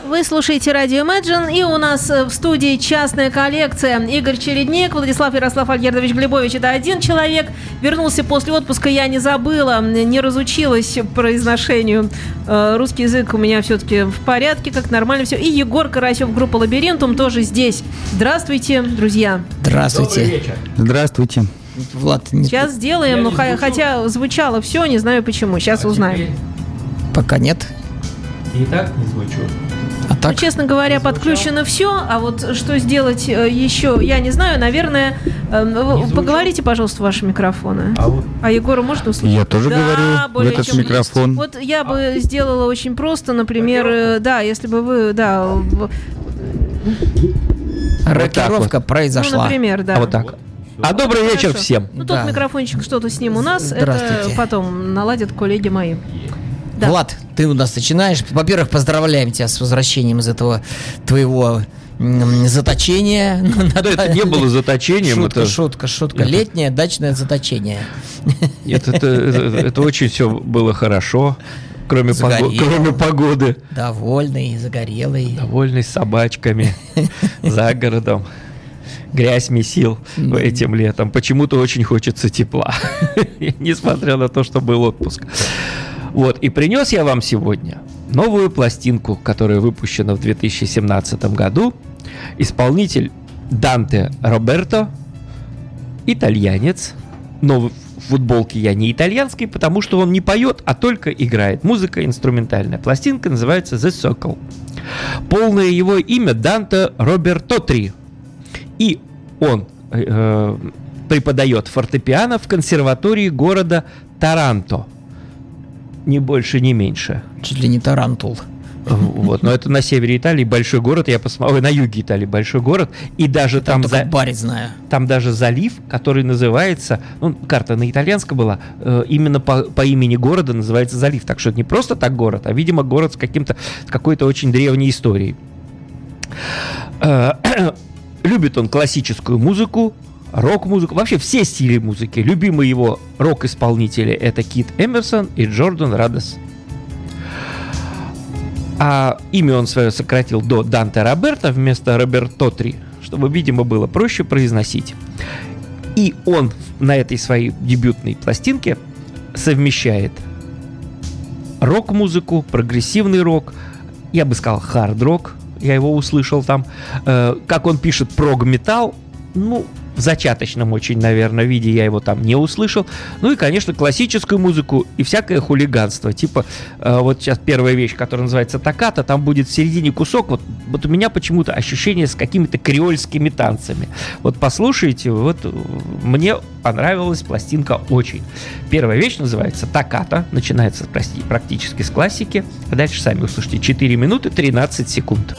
Вы слушаете радио Imagine, и у нас в студии частная коллекция. Игорь Чередник, Владислав Ярослав Альгердович Глебович. Это один человек. Вернулся после отпуска, я не забыла, не разучилась произношению. Русский язык у меня все-таки в порядке, как нормально все. И Егор Карасев, группа «Лабиринтум», тоже здесь. Здравствуйте, друзья. Здравствуйте. Добрый вечер. Здравствуйте. Влад, Сейчас сделаем, но хотя звучало все, не знаю почему. Сейчас узнаем. Пока нет. И так не звучу. А так? Ну, честно говоря, подключено все, а вот что сделать еще, я не знаю, наверное, поговорите, пожалуйста, в ваши микрофоны. А Егора можно услышать? Я тоже говорю в более этот чем микрофон. Вот я бы сделала очень просто, например, да, если бы вы, да... Рокировка вот. произошла. Ну, например, да. А вот так. А добрый вечер Хорошо. всем. Ну, Да. тот микрофончик что-то с ним у нас, это Здравствуйте. потом наладят коллеги мои. Да. Влад, ты у нас начинаешь. Во-первых, поздравляем тебя с возвращением из этого твоего заточения. Да, это не было заточением. Шутка. Летнее дачное заточение. Это очень все было хорошо, кроме погоды. Довольный, загорелый. Довольный, с собачками, за городом. Грязь месил этим летом. Почему-то очень хочется тепла, несмотря на то, что был отпуск. Вот, и принес я вам сегодня новую пластинку, которая выпущена в 2017 году. Исполнитель Данте Роберто, итальянец, но в футболке я не итальянский, потому что он не поет, а только играет. Музыка инструментальная. Пластинка называется The Circle. Полное его имя Данте Роберто Три. И он преподает фортепиано в консерватории города Таранто. Ни больше, ни меньше. Чуть ли не тарантул. Вот, но это на севере Италии большой город, я посмотрел, на юге Италии большой город, и даже там баре знаю. Там даже залив, который называется, ну, карта на итальянском была, именно по имени города называется залив, так что это не просто так город, а, видимо, город с какой-то очень древней историей. Любит он классическую музыку, рок-музыку, вообще все стили музыки. Любимые его рок-исполнители — это Кит Эмерсон и Джордан Радес. А имя он свое сократил до Данте Роберто вместо Роберто Три, чтобы, видимо, было проще произносить. И он на этой своей дебютной пластинке совмещает рок-музыку, прогрессивный рок, я бы сказал хард-рок, я его услышал там, как он пишет прог-металл, ну, в зачаточном очень, наверное, виде я его там не услышал. Ну и, конечно, классическую музыку и всякое хулиганство. Типа, вот сейчас первая вещь, которая называется «Токката», там будет в середине кусок, вот у меня почему-то ощущение с какими-то креольскими танцами. Вот послушайте, вот мне понравилась пластинка очень. Первая вещь называется «Токката», начинается практически с классики, а дальше сами услышите. 4 минуты 13 секунд.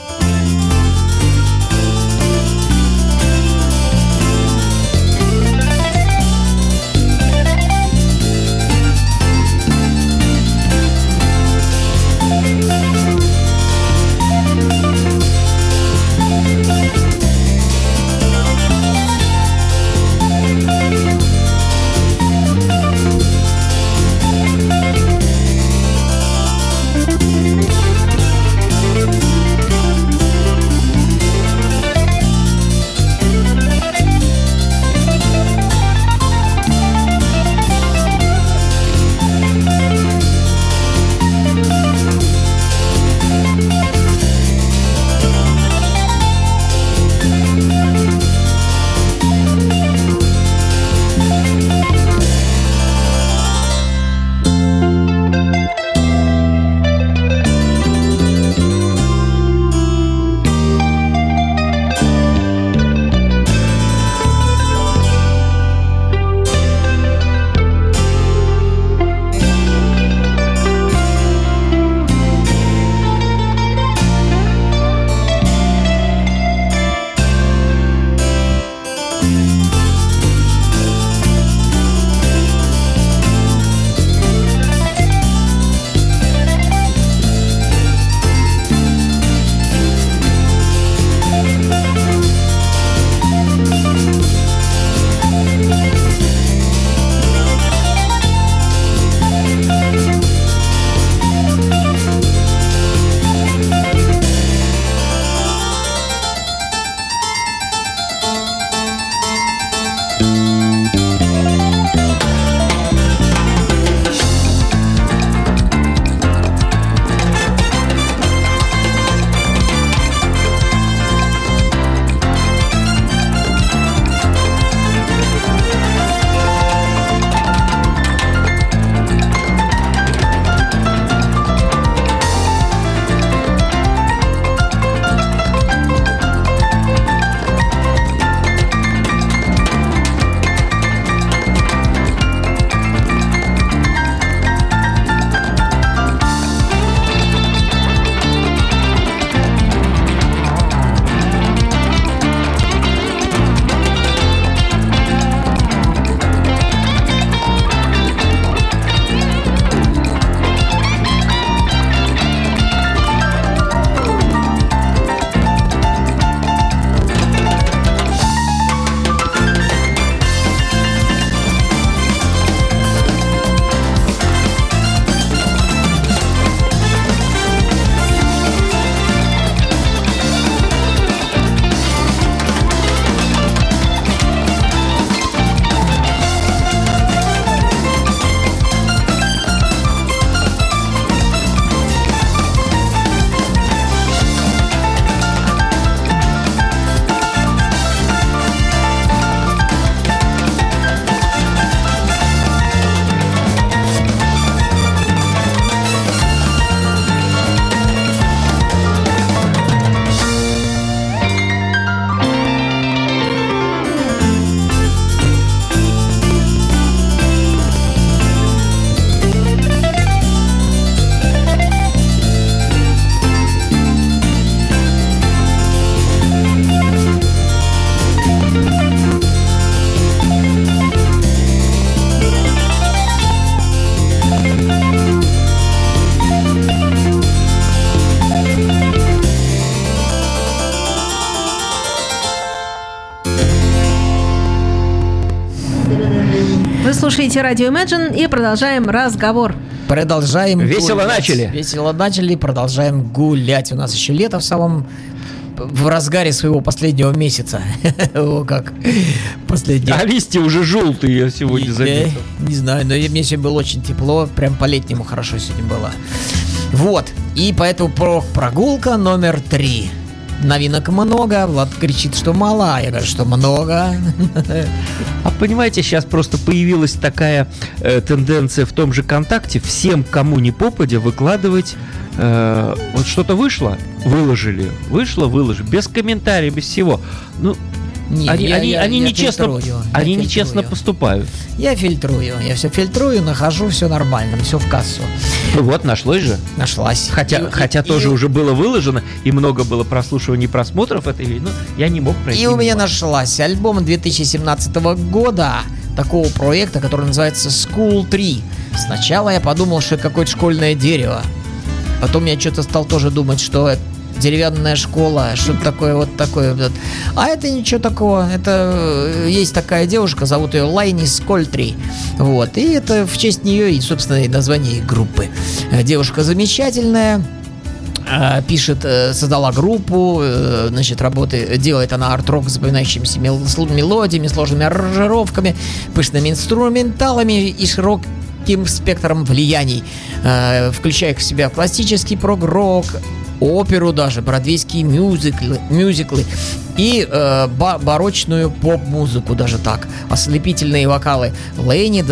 слушаете радио Imagine и продолжаем разговор. Продолжаем Весело гулять. начали. Весело начали, продолжаем гулять. У нас еще лето в разгаре своего последнего месяца. О, как последний. А листья уже желтые, я сегодня заметил. Не знаю, но мне сегодня было очень тепло. Прям по-летнему хорошо сегодня было. Вот. И поэтому прогулка номер 3. Новинок много. Влад кричит, что мало, а я говорю, что много. А понимаете, сейчас просто появилась такая тенденция в том же ВКонтакте всем, кому не попадя, выкладывать. Вот что-то вышло, выложили. Вышло, выложили. Без комментариев, без всего. Ну, они нечестно поступают. Я фильтрую. Я все фильтрую, нахожу, все нормально, все в кассу. Ну вот, нашлось же. Нашлась. Хотя тоже уже было выложено, и много было прослушиваний и просмотров этой видео, но я не мог пройти. И у меня нашлась альбом 2017 года такого проекта, который называется School 3. Сначала я подумал, что это какое-то школьное дерево. Потом я что-то стал тоже думать, что это деревянная школа, что-то такое, вот такое. А это ничего такого. Это есть такая девушка, зовут ее Лайни Скольтри. Вот. И это в честь нее и, собственно, и название группы. Девушка замечательная. Пишет, создала группу, значит, делает она арт-рок с запоминающимися мелодиями, сложными аранжировками, пышными инструменталами и широким спектром влияний, включая в себя классический прог-рок, оперу даже, бродвейские мюзиклы и барочную поп-музыку даже так. Ослепительные вокалы Лэйни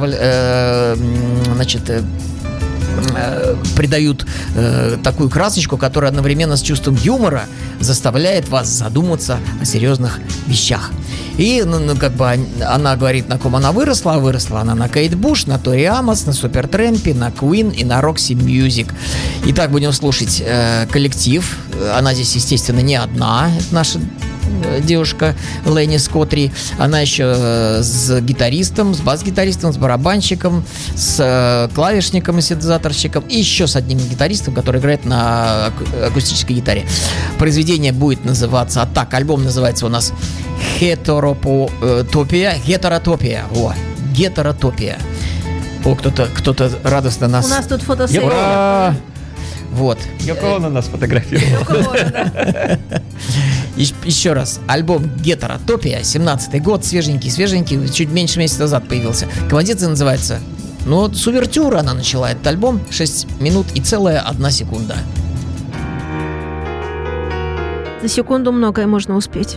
придают такую красочку, которая одновременно с чувством юмора заставляет вас задуматься о серьезных вещах. И, она говорит, на ком она выросла. Выросла она на Кейт Буш, на Тори Амос, на Супертрэмпе, на Queen и на Roxy Music. Итак, будем слушать коллектив. Она здесь, естественно, не одна. Это наша девушка Лэйни Скотри. Она еще с гитаристом, с бас-гитаристом, с барабанщиком, с клавишником и синтезаторщиком, и еще с одним гитаристом, который играет на акустической гитаре. Произведение будет называться, альбом называется у нас Гетеротопия. О, Гетеротопия. О, кто-то радостно нас... У нас тут фотосессия. Вот. Йоко Оно нас фотографировал. Еще раз. Альбом Гетеротопия, 17-й год, свеженький, чуть меньше месяца назад появился. Композиция называется, с увертюра она начала этот альбом, 6 минут и целая 1 секунда. За секунду многое можно успеть.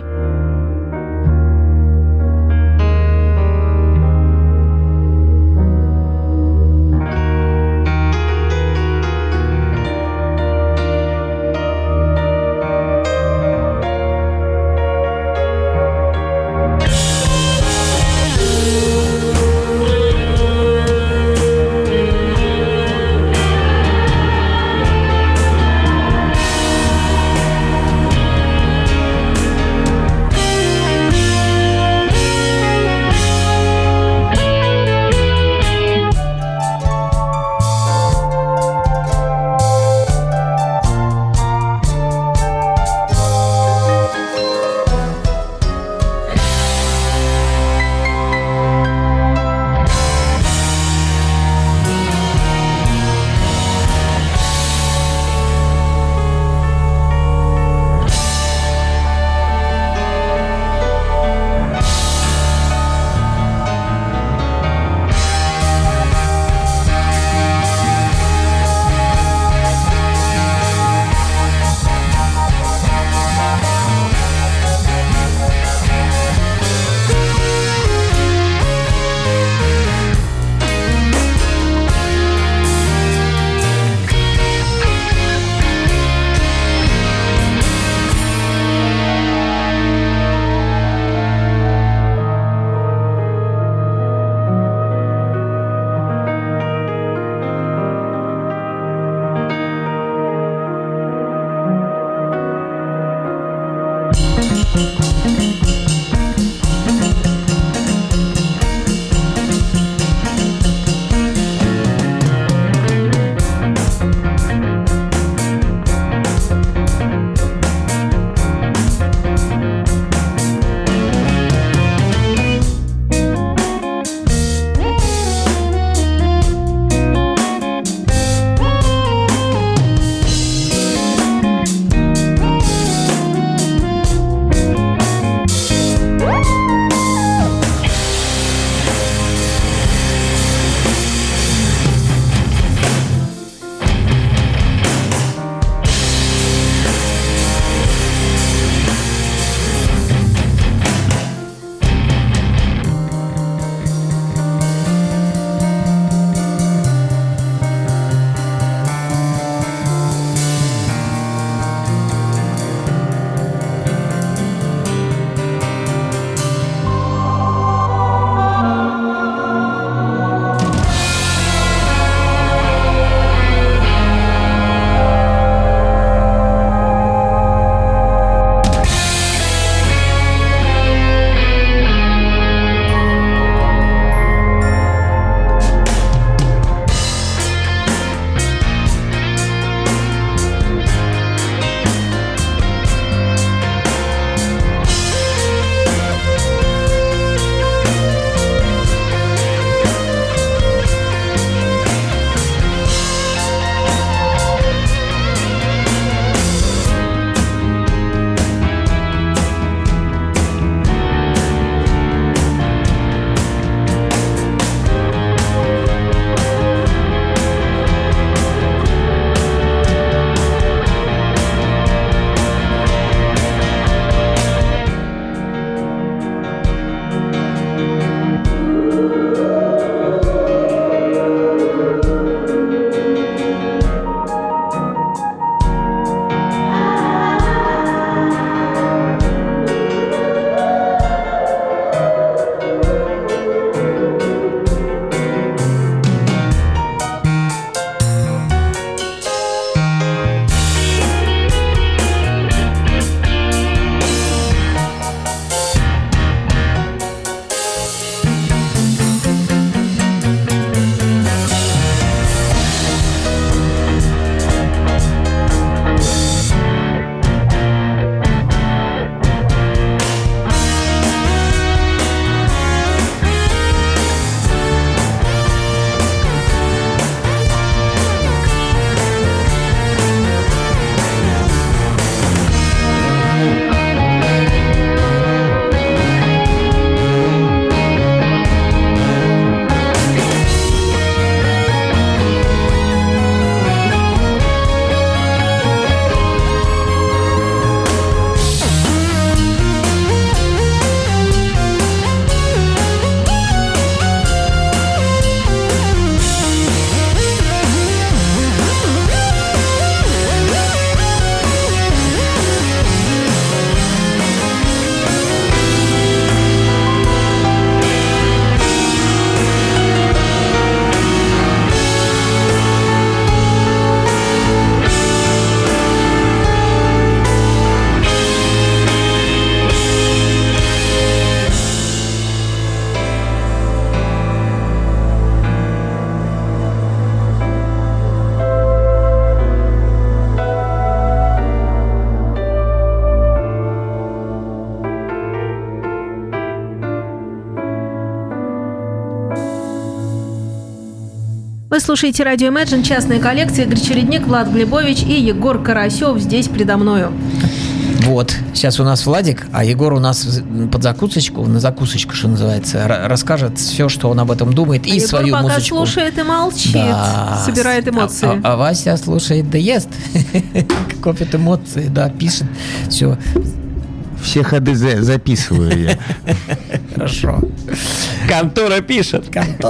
Вы слушаете радио Imagine, частная коллекция, Игорь Чередник, Влад Глебович и Егор Карасев здесь передо мною. Вот, сейчас у нас Владик, а Егор у нас на закусочку, что называется, расскажет все, что он об этом думает, и Егор свою пока музычку. Слушает и молчит, Да. собирает эмоции. А Вася слушает да ест, копит эмоции, да, пишет, все. Все ходы записываю я. Хорошо. Контора пишет.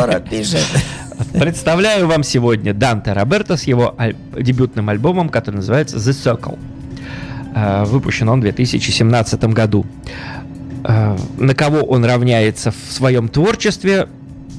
Представляю вам сегодня Данте Роберто с его дебютным альбомом, который называется «The Circle». Выпущен он в 2017 году. На кого он равняется в своем творчестве,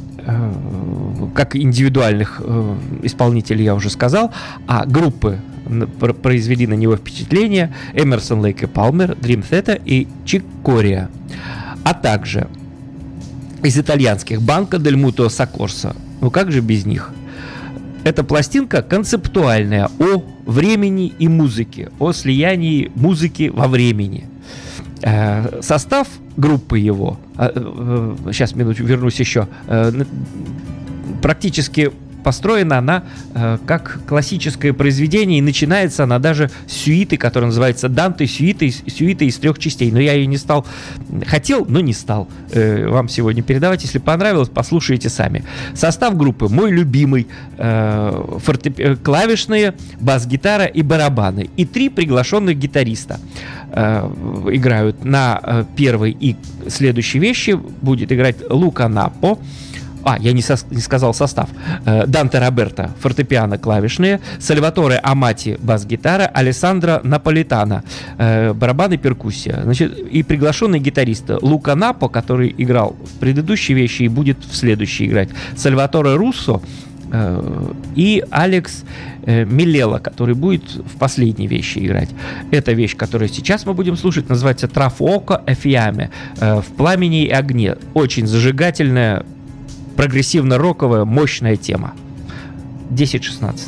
как индивидуальных исполнителей я уже сказал, а группы произвели на него впечатление: Эмерсон, Лейк и Палмер, Дрим Theta и Чик Кориа, а также из итальянских Банко Дель Муто Соккорсо. Ну как же без них? Эта пластинка концептуальная о времени и музыке, о слиянии музыки во времени. Состав группы его, сейчас минуту вернусь еще, практически построена она как классическое произведение, и начинается она даже с сюиты, которая называется «Данте», сюита из 3 частей. Но я ее не стал, хотел, но не стал вам сегодня передавать. Если понравилось, послушайте сами. Состав группы мой любимый: клавишные, бас-гитара и барабаны. И 3 приглашенных гитариста играют на первой и следующей вещи. Будет играть Лука Наппо. Я не сказал состав. Данте Роберто — фортепиано, клавишные, Сальваторе Амати — бас-гитара, Алессандро Наполитано — барабаны, перкуссия. Значит, и приглашенные гитаристы: Лука Наппо, который играл в предыдущей вещи и будет в следующей играть, Сальваторе Руссо и Алекс Милелло, который будет в последней вещи играть. Эта вещь, которую сейчас мы будем слушать, называется «Трафуоко e fiamme» — «В пламени и огне». Очень зажигательная, прогрессивно-роковая, мощная тема. 10-16.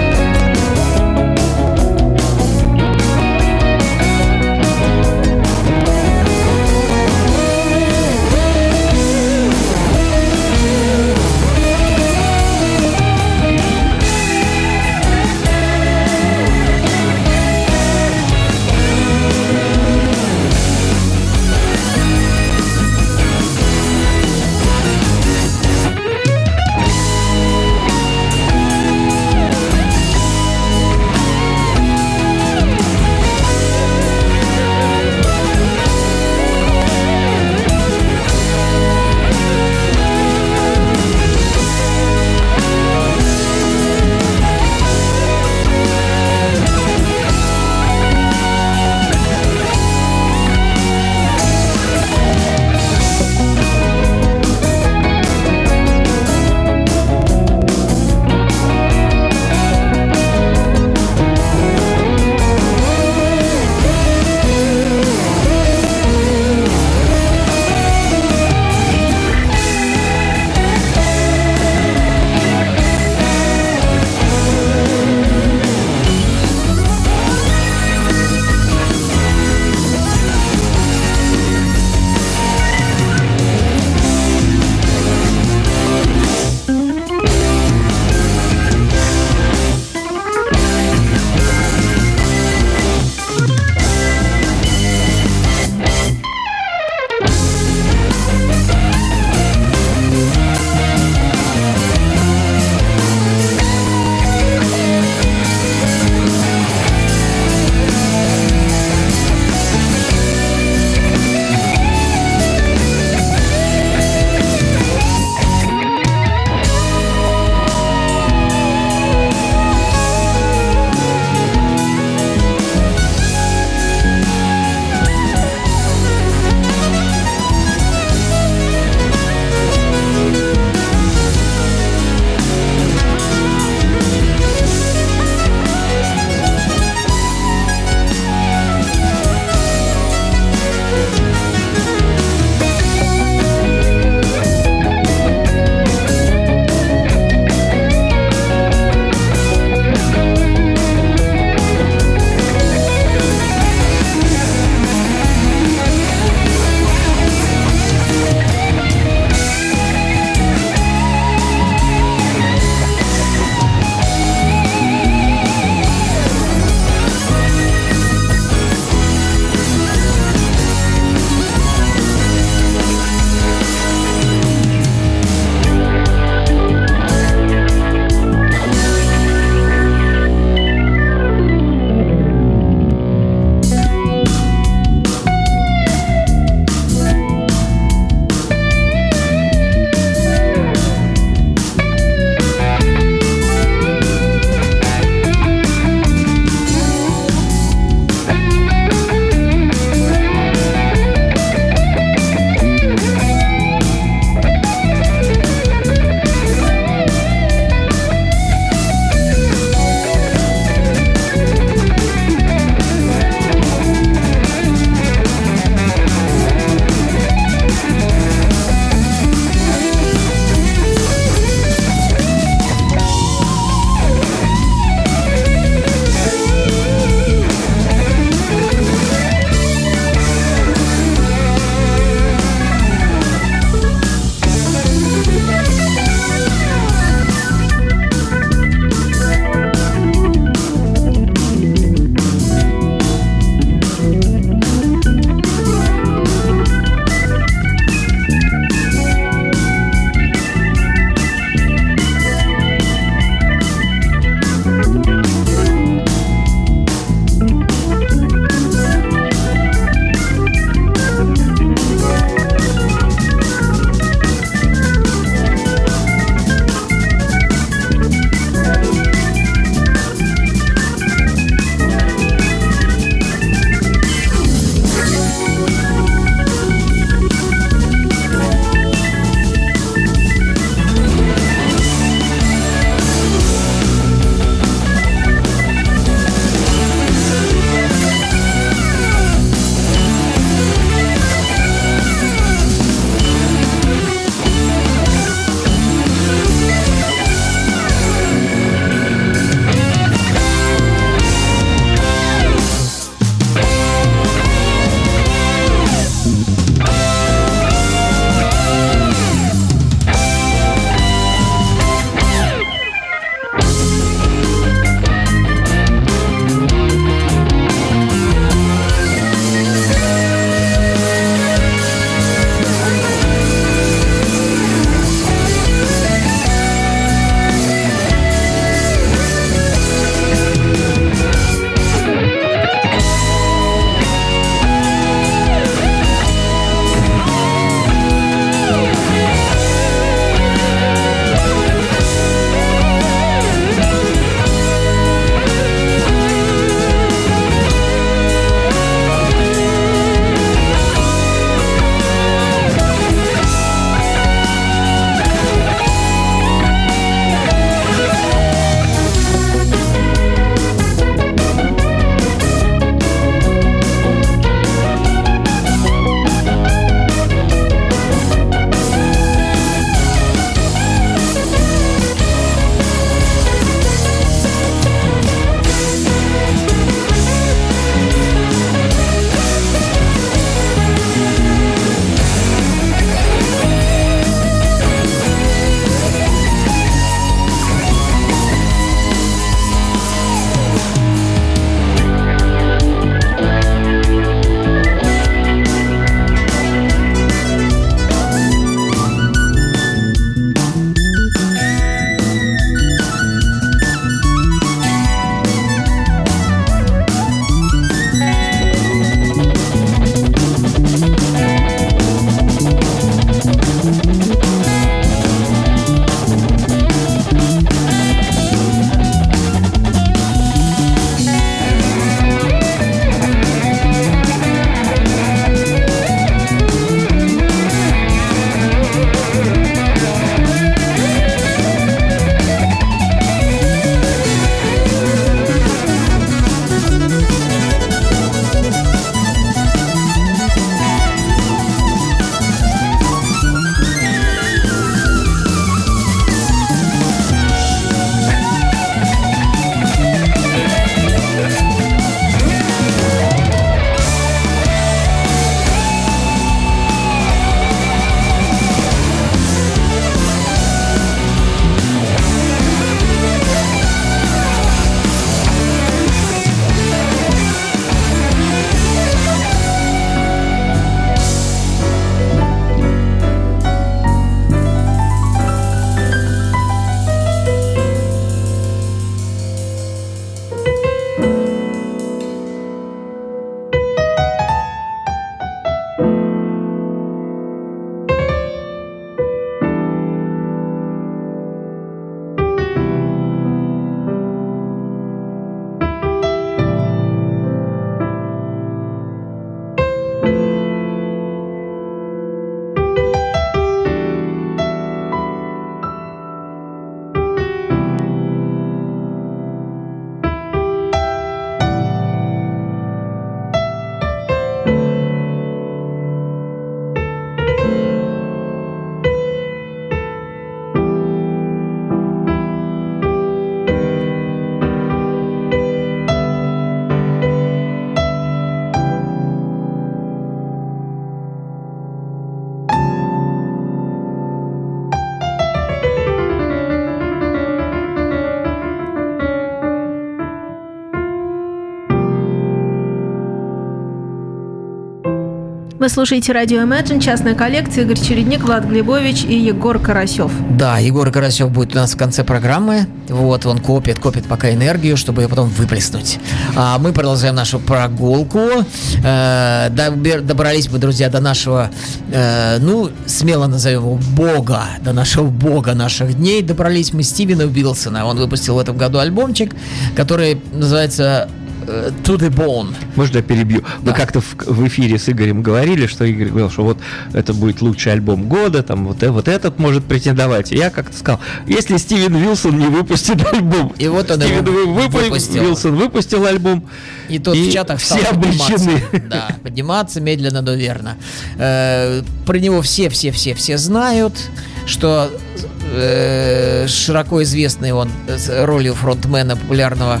Вы слушаете радио Imagine, частная коллекция, Игорь Чередник, Влад Глебович и Егор Карасев. Да, Егор Карасев будет у нас в конце программы. Вот, он копит пока энергию, чтобы ее потом выплеснуть. А мы продолжаем нашу прогулку. Добрались мы, друзья, до нашего, смело назовем его бога, до нашего бога наших дней. Добрались мы Стивена Уилсона. Он выпустил в этом году альбомчик, который называется To the Bone. Можно я перебью? Да. Вы как-то в эфире с Игорем говорили, что Игорь говорил, что вот это будет лучший альбом года, там вот этот может претендовать. И я как-то сказал, если Стивен Уилсон не выпустит альбом, и вот он Уилсон выпустил альбом, и тут в чатах все обречены. Да, подниматься медленно, но верно. Про него все знают, что широко известный он с ролью фронтмена популярного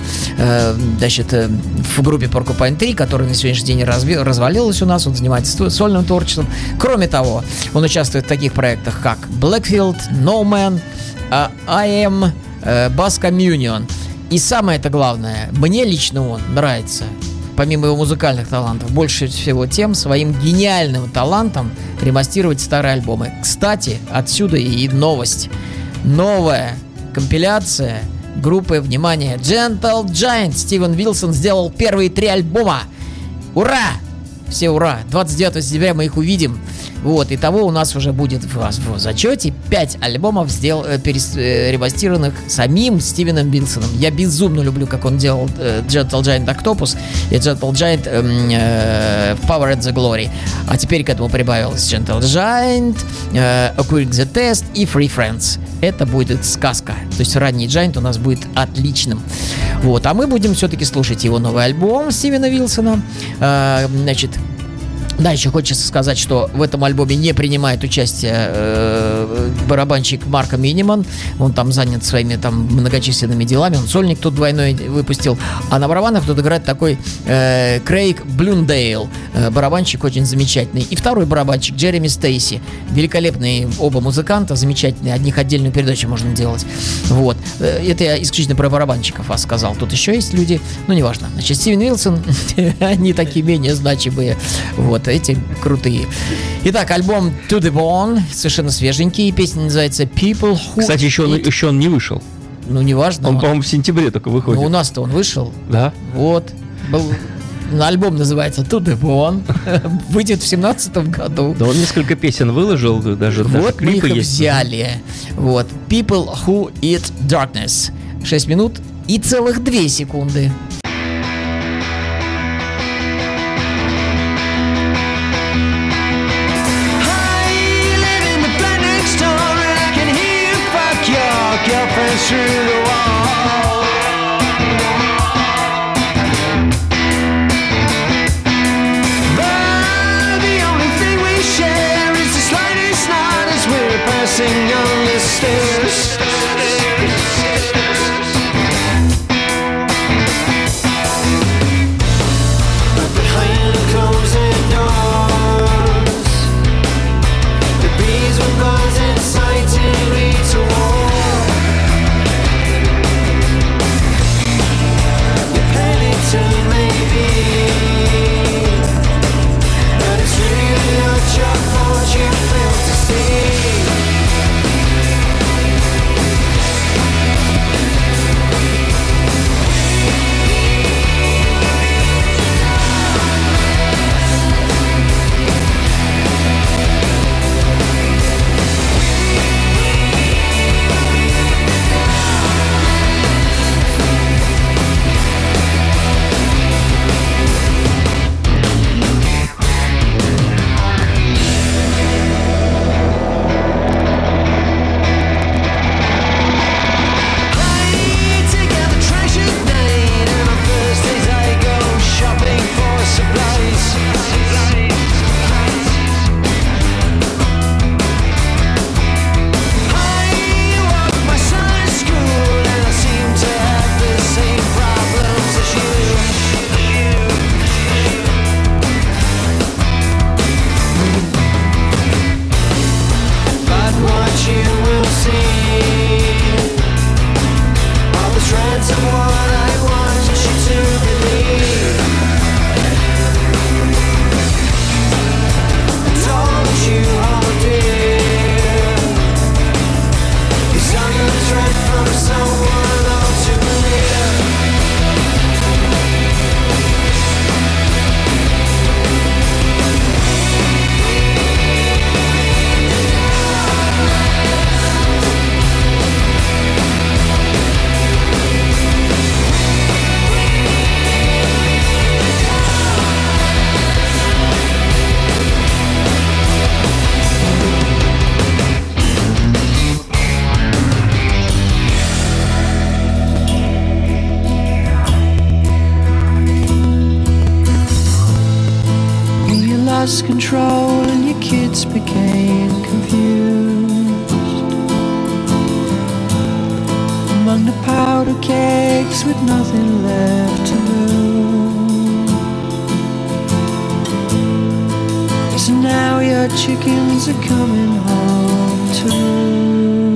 в группе Porcupine Tree, которая на сегодняшний день развалилась у нас. Он занимается сольным творчеством. Кроме того, он участвует в таких проектах, как Blackfield, No Man, I Am, Bass Communion. И самое-то главное, мне лично он нравится, помимо его музыкальных талантов, больше всего тем своим гениальным талантом ремастировать старые альбомы. Кстати, отсюда и новость. Новая компиляция группы, внимание, Gentle Giant. Стивен Уилсон сделал первые 3 альбома. Ура! Все ура! 29 сентября мы их увидим. Вот, итого у нас уже будет в зачете 5 альбомов, ремастированных самим Стивеном Уилсоном. Я безумно люблю, как он делал Gentle Giant Octopus и Gentle Giant Power and the Glory. А теперь к этому прибавилось Gentle Giant, Acquiring the Test и Free Friends. Это будет сказка. То есть ранний Giant у нас будет отличным. Вот, а мы будем все-таки слушать его новый альбом Стивена Уилсона. Да, еще хочется сказать, что в этом альбоме не принимает участие барабанщик Марко Миниман. Он там занят своими там многочисленными делами. Он сольник тут двойной выпустил. А на барабанах тут играет такой Крейг Блюндейл. Барабанщик очень замечательный. И второй барабанщик Джереми Стейси. Великолепные оба музыканта, замечательные. От них отдельную передачу можно делать. Вот. Это я исключительно про барабанщиков вас сказал. Тут еще есть люди, но неважно. Значит, Стивен Уилсон, они такие менее значимые. Вот. Эти крутые. Итак, альбом To The Bone, совершенно свеженький. Песня называется People Who... Кстати, еще он не вышел. Ну, неважно. Он, по-моему, в сентябре только выходит. Ну, у нас-то он вышел. Да. Вот. Альбом называется To The Bone. Выйдет в 2017 году. Да, он несколько песен выложил, даже вот мы их есть. Взяли. Вот. People Who Eat Darkness. 6 минут и целых 2 секунды. Through the wall, but the only thing we share is the slightest nod as we're passing on the stairs. But behind the closing doors, the bees were buzzing, sighting me to war. But it's really not your fault, you failed to see. lost control and your kids became confused. Among the powder kegs with nothing left to lose. So now your chickens are coming home to roost.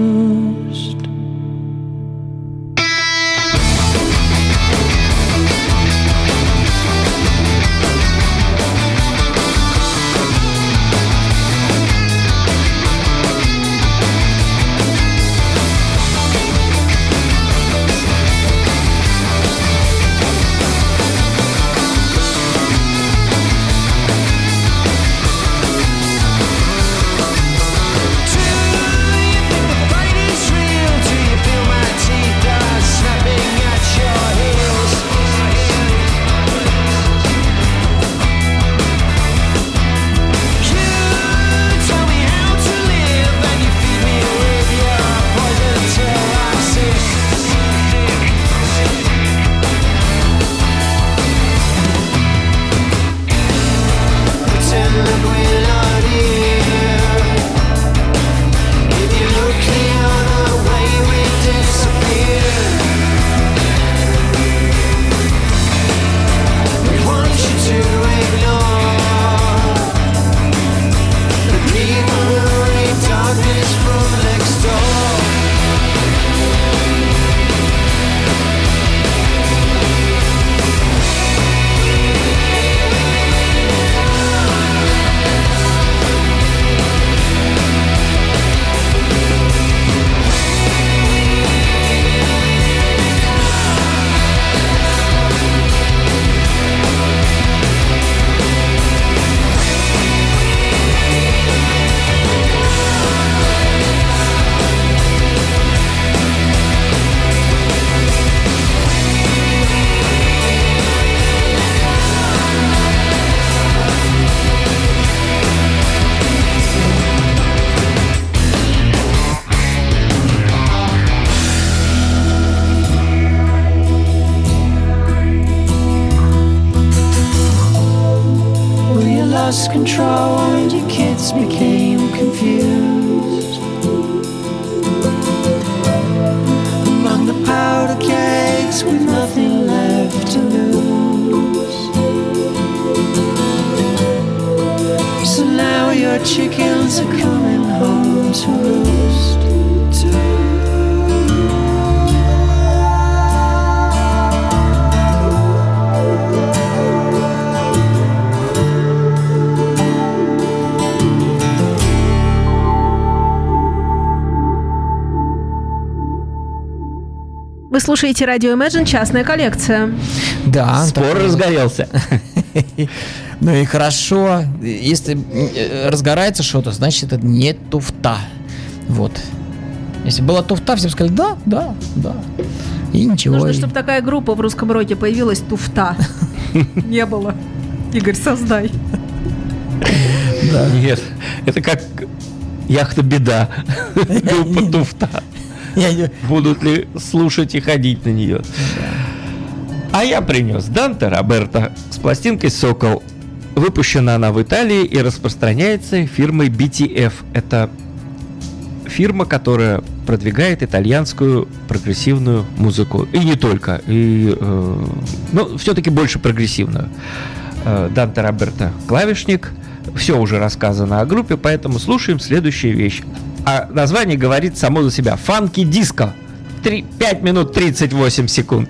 Lost control and your kids became confused. Among the powder kegs with nothing left to lose. So now your chickens are coming home to roost. Вы слушаете радио Imagine, частная коллекция. Да. Спор разгорелся. Ну и хорошо. Если разгорается что-то, значит, это не туфта. Вот. Если была туфта, все бы сказали, да. И ничего. Нужно, чтобы такая группа в русском роке появилась, туфта. Не было. Игорь, создай. Нет, это как яхта «Беда». Группа туфта. Будут ли слушать и ходить на нее? А я принес Данте Роберто с пластинкой «Сокол». Выпущена она в Италии и распространяется фирмой BTF. Это фирма, которая продвигает итальянскую прогрессивную музыку. И не только. Но все-таки больше прогрессивную. Данте Роберто — клавишник. Все уже рассказано о группе, поэтому слушаем следующую вещь. А название говорит само за себя. «Фанки диско». 5 минут 38 секунд.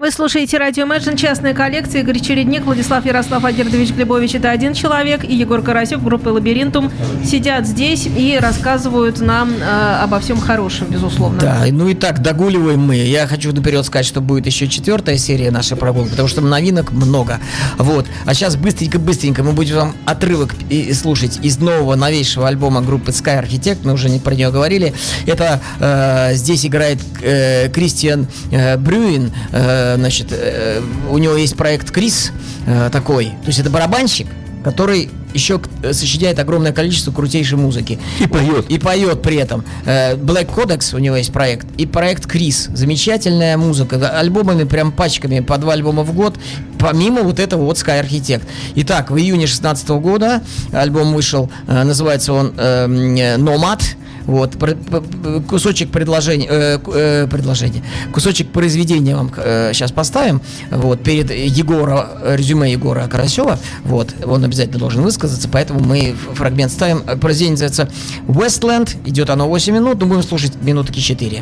Вы слушаете радио Imagine, частная коллекция. Игорь Чередник, Владислав Ярослав Альгердович Глебович — это один человек, и Егор Карасюк, группа «Лабиринтум» сидят здесь и рассказывают нам обо всем хорошем, безусловно. Да, ну и так, догуливаем мы. Я хочу наперед сказать, что будет еще 4-я серия нашей прогулки, потому что новинок много. Вот. А сейчас быстренько мы будем вам отрывок слушать из нового, новейшего альбома группы Sky Architect. Мы уже про нее говорили. Это здесь играет Кристиан Брюин. Значит, у него есть проект Крис такой. То есть это барабанщик, который еще сочиняет огромное количество крутейшей музыки. И поет. И поет при этом. Black Codex у него есть проект. И проект Крис. Замечательная музыка. Альбомами прям пачками, по 2 альбома в год. Помимо вот этого вот Sky Architect. Итак, в июне 2016 года альбом вышел. Называется он Nomad. Вот, кусочек кусочек произведения вам сейчас поставим, вот, перед резюме Егора Карасева, вот, он обязательно должен высказаться, поэтому мы фрагмент ставим. Произведение называется Westland, идет оно 8 минут, но будем слушать минутки 4.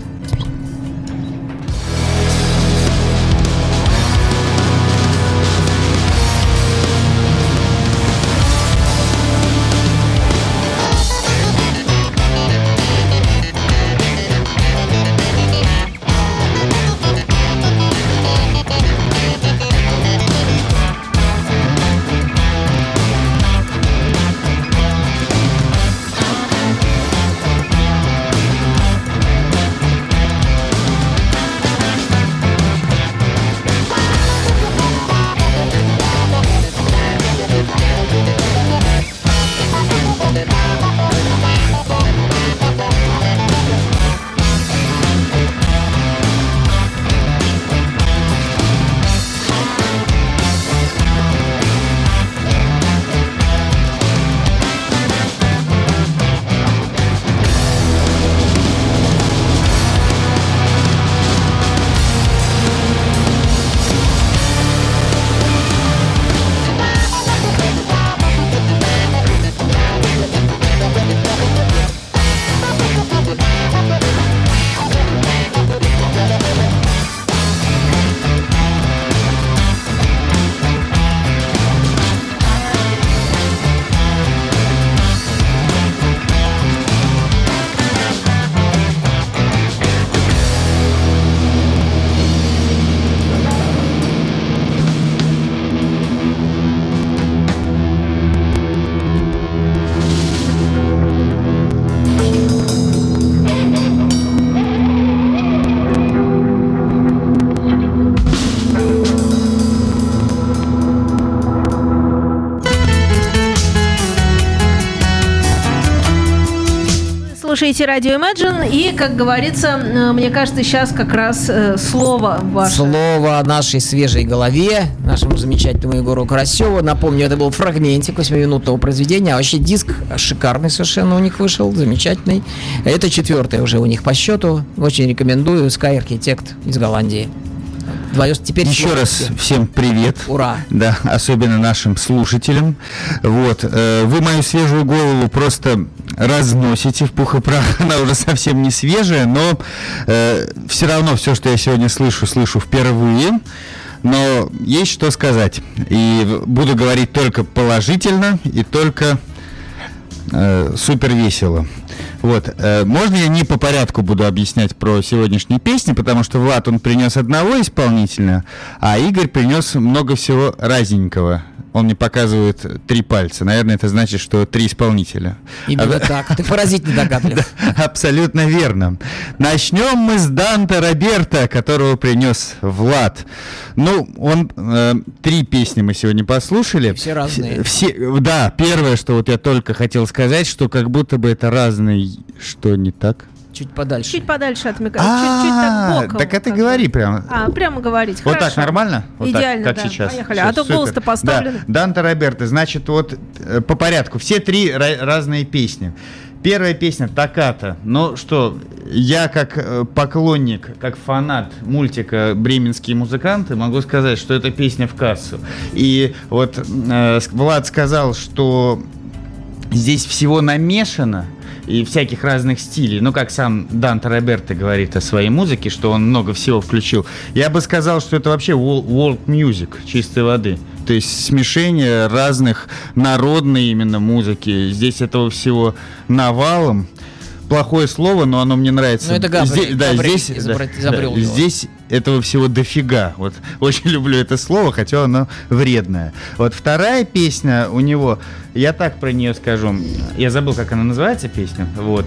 Слушаете радио Imagine, и, как говорится, мне кажется, сейчас как раз слово ваше. Слово о нашей свежей голове, нашему замечательному Егору Карасеву. Напомню, это был фрагментик 8-минутного произведения, а вообще диск шикарный совершенно у них вышел, замечательный. Это 4-я уже у них по счету. Очень рекомендую. Sky Architect из Голландии. Теперь еще раз всем привет. Ура. Да, особенно нашим слушателям. Вот, вы мою свежую голову просто разносите в пух и прах. Она уже совсем не свежая, но все равно все, что я сегодня слышу впервые. Но есть что сказать. И буду говорить только положительно и только супер весело. Вот, можно я не по порядку буду объяснять про сегодняшние песни, потому что Влад, он принес одного исполнителя, а Игорь принес много всего разненького. Он мне показывает 3 пальца. Наверное, это значит, что 3 исполнителя. Именно так. Ты поразительно догадлив. Абсолютно верно. Начнем мы с Данте Роберто, которого принес Влад. Ну, он 3 песни мы сегодня послушали. Все разные. Да, первое, что вот я только хотел сказать, что как будто бы это разные. Что не так? Чуть подальше. Чуть подальше от микрофона. Чуть так боком. Так это говори прямо. Прямо говорить. Вот Хорошо. так нормально? Вот идеально, так, да. как сейчас. Поехали. Все, а то супер. голос-то поставлен. Да. Данте Роберто. Значит, вот по порядку. Все 3 разные песни. Первая песня «Токката». Ну что, я как поклонник, как фанат мультика «Бременские музыканты» могу сказать, что это песня в кассу. И вот Влад сказал, что здесь всего намешано. и всяких разных стилей. Ну, как сам Данте Роберто говорит о своей музыке, что он много всего включил. Я бы сказал, что это вообще world music чистой воды. То есть смешение разных народной именно музыки. Здесь этого всего навалом. Плохое слово, но оно мне нравится. Ну, это Габриэль. Здесь изобрел его. здесь этого всего дофига. Вот очень люблю это слово, хотя оно вредное. Вот вторая песня у него, я так про нее скажу. Я забыл, как она называется, песня. Вот.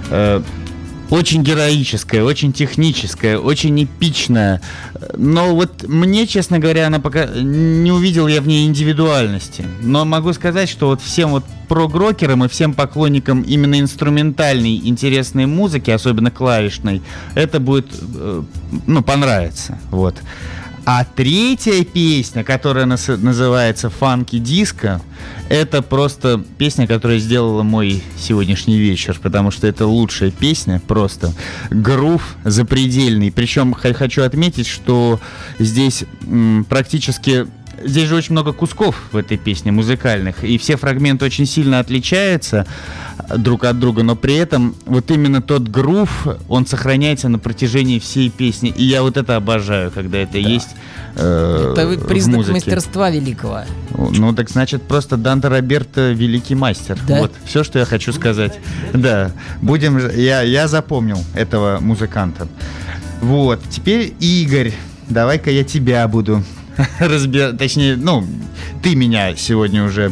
Очень героическая, очень техническая, очень эпичная. Но вот мне, честно говоря, она пока не увидел я в ней индивидуальности. Но могу сказать, что вот всем вот прогрокерам и всем поклонникам именно инструментальной интересной музыки, особенно клавишной, это будет, понравится. Вот. А третья песня, которая называется «Фанки Диско», это просто песня, которая сделала мой сегодняшний вечер, потому что это лучшая песня, просто грув запредельный. Причем хочу отметить, что здесь практически... Здесь же очень много кусков в этой песне музыкальных, и все фрагменты очень сильно отличаются друг от друга, но при этом вот именно тот грув, он сохраняется на протяжении всей песни, и я вот это обожаю, когда это есть это признак в музыке. мастерства великого. Ну, так значит, просто Данте Роберто великий мастер. Да? Вот, все, что я хочу сказать. Да, я запомнил этого музыканта. Вот, теперь Игорь, давай-ка я тебя буду точнее, ты меня сегодня уже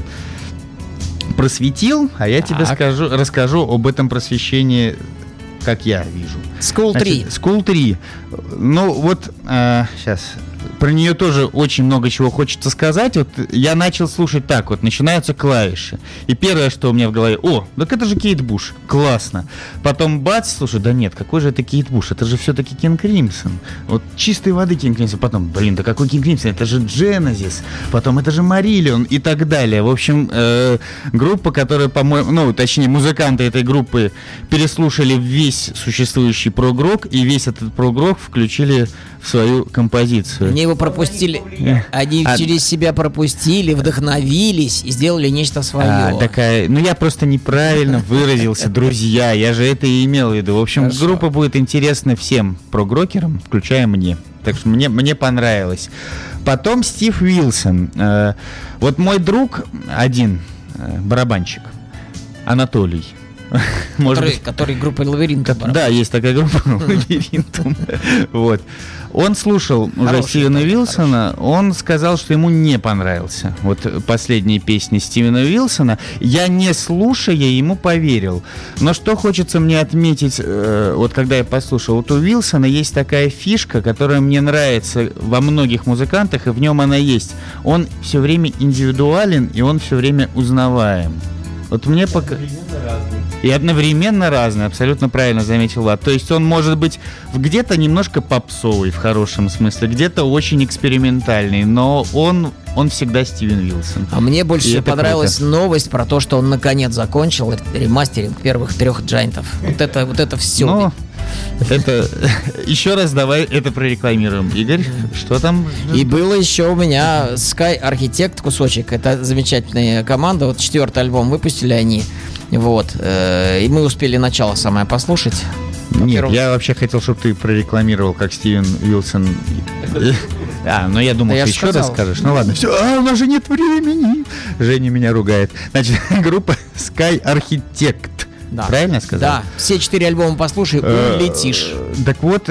просветил, а я тебе расскажу об этом просвещении, как я вижу. School 3. School 3. Ну, вот, сейчас... Про нее тоже очень много чего хочется сказать. Вот я начал слушать так вот, начинаются клавиши. И первое, что у меня в голове, так это же Кейт Буш, классно. Потом бац, слушай, да нет, какой же это Кейт Буш, это же все-таки Кинг Кримсон. Вот чистой воды Кинг Кримсон. Потом, да какой Кинг Кримсон, это же Genesis. Потом это же Мариллион и так далее. В общем, группа, которая, по-моему, точнее, музыканты этой группы переслушали весь существующий прогрок, и весь этот прогрок включили в свою композицию. Они его пропустили, они через себя пропустили, вдохновились и сделали нечто свое. Я просто неправильно выразился, друзья, я же это и имел в виду. В общем, Хорошо. Группа будет интересна всем прогрокерам, включая мне. Так что мне понравилось. Потом Стив Уилсон. Вот мой друг один, барабанщик, Анатолий. Который группа Лабиринтум. Да, есть такая группа Лабиринтум. Вот. Он слушал уже Стивена Уилсона, он сказал, что ему не понравился. Вот последние песни Стивена Уилсона. Я, не слушая, ему поверил. Но что хочется мне отметить, вот когда я послушал, вот у Уилсона есть такая фишка, которая мне нравится во многих музыкантах, и в нем она есть. Он все время индивидуален, и он все время узнаваем. Вот мне пока... И одновременно разные, абсолютно правильно заметил Влад. То есть он может быть где-то немножко попсовый в хорошем смысле, где-то очень экспериментальный, но он всегда Стивен Уилсон. А мне больше всего понравилась новость про то, что он наконец закончил ремастеринг первых 3 джайнтов. Вот это все. Но это еще раз давай это прорекламируем. Игорь, что там? И было еще у меня Sky Architect кусочек. Это замечательная команда. Вот 4-й альбом выпустили они. Вот. И мы успели начало самое послушать. Нет, я вообще хотел, чтобы ты прорекламировал, как Стивен Уилсон. Но я думал, ты еще раз скажешь. Ну ладно, все, у нас же нет времени. Женя меня ругает. Значит, группа Sky Architect. Да. Правильно сказал? Да, все 4 альбома послушай, улетишь. Так вот,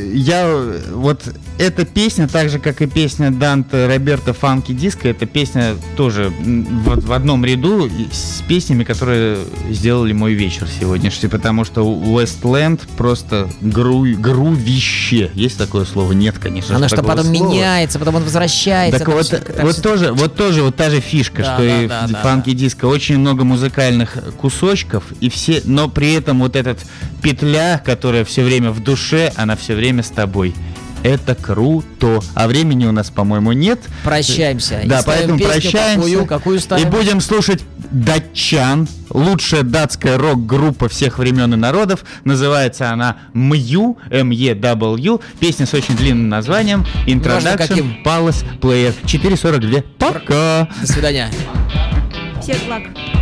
вот эта песня, так же, как и песня Данте Роберто «Фанки Диско», эта песня тоже в одном ряду с песнями, которые сделали мой вечер сегодняшний, потому что Westland просто грувище. Есть такое слово? Нет, конечно. Оно что потом меняется, потом он возвращается. Так вот тоже та же фишка, что и в «Фанки Диско» очень много музыкальных кусочков, и но при этом вот эта петля, которая все время в душе, она все время с тобой. Это круто. А времени у нас, по-моему, нет. Прощаемся. Да, поэтому прощаемся. Какую ставим? И будем слушать датчан. Лучшая датская рок-группа всех времен и народов. Называется она Mew, M-E-W. Песня с очень длинным названием Introduction Palace Player. 4:42. Пока. До свидания. Всех благ.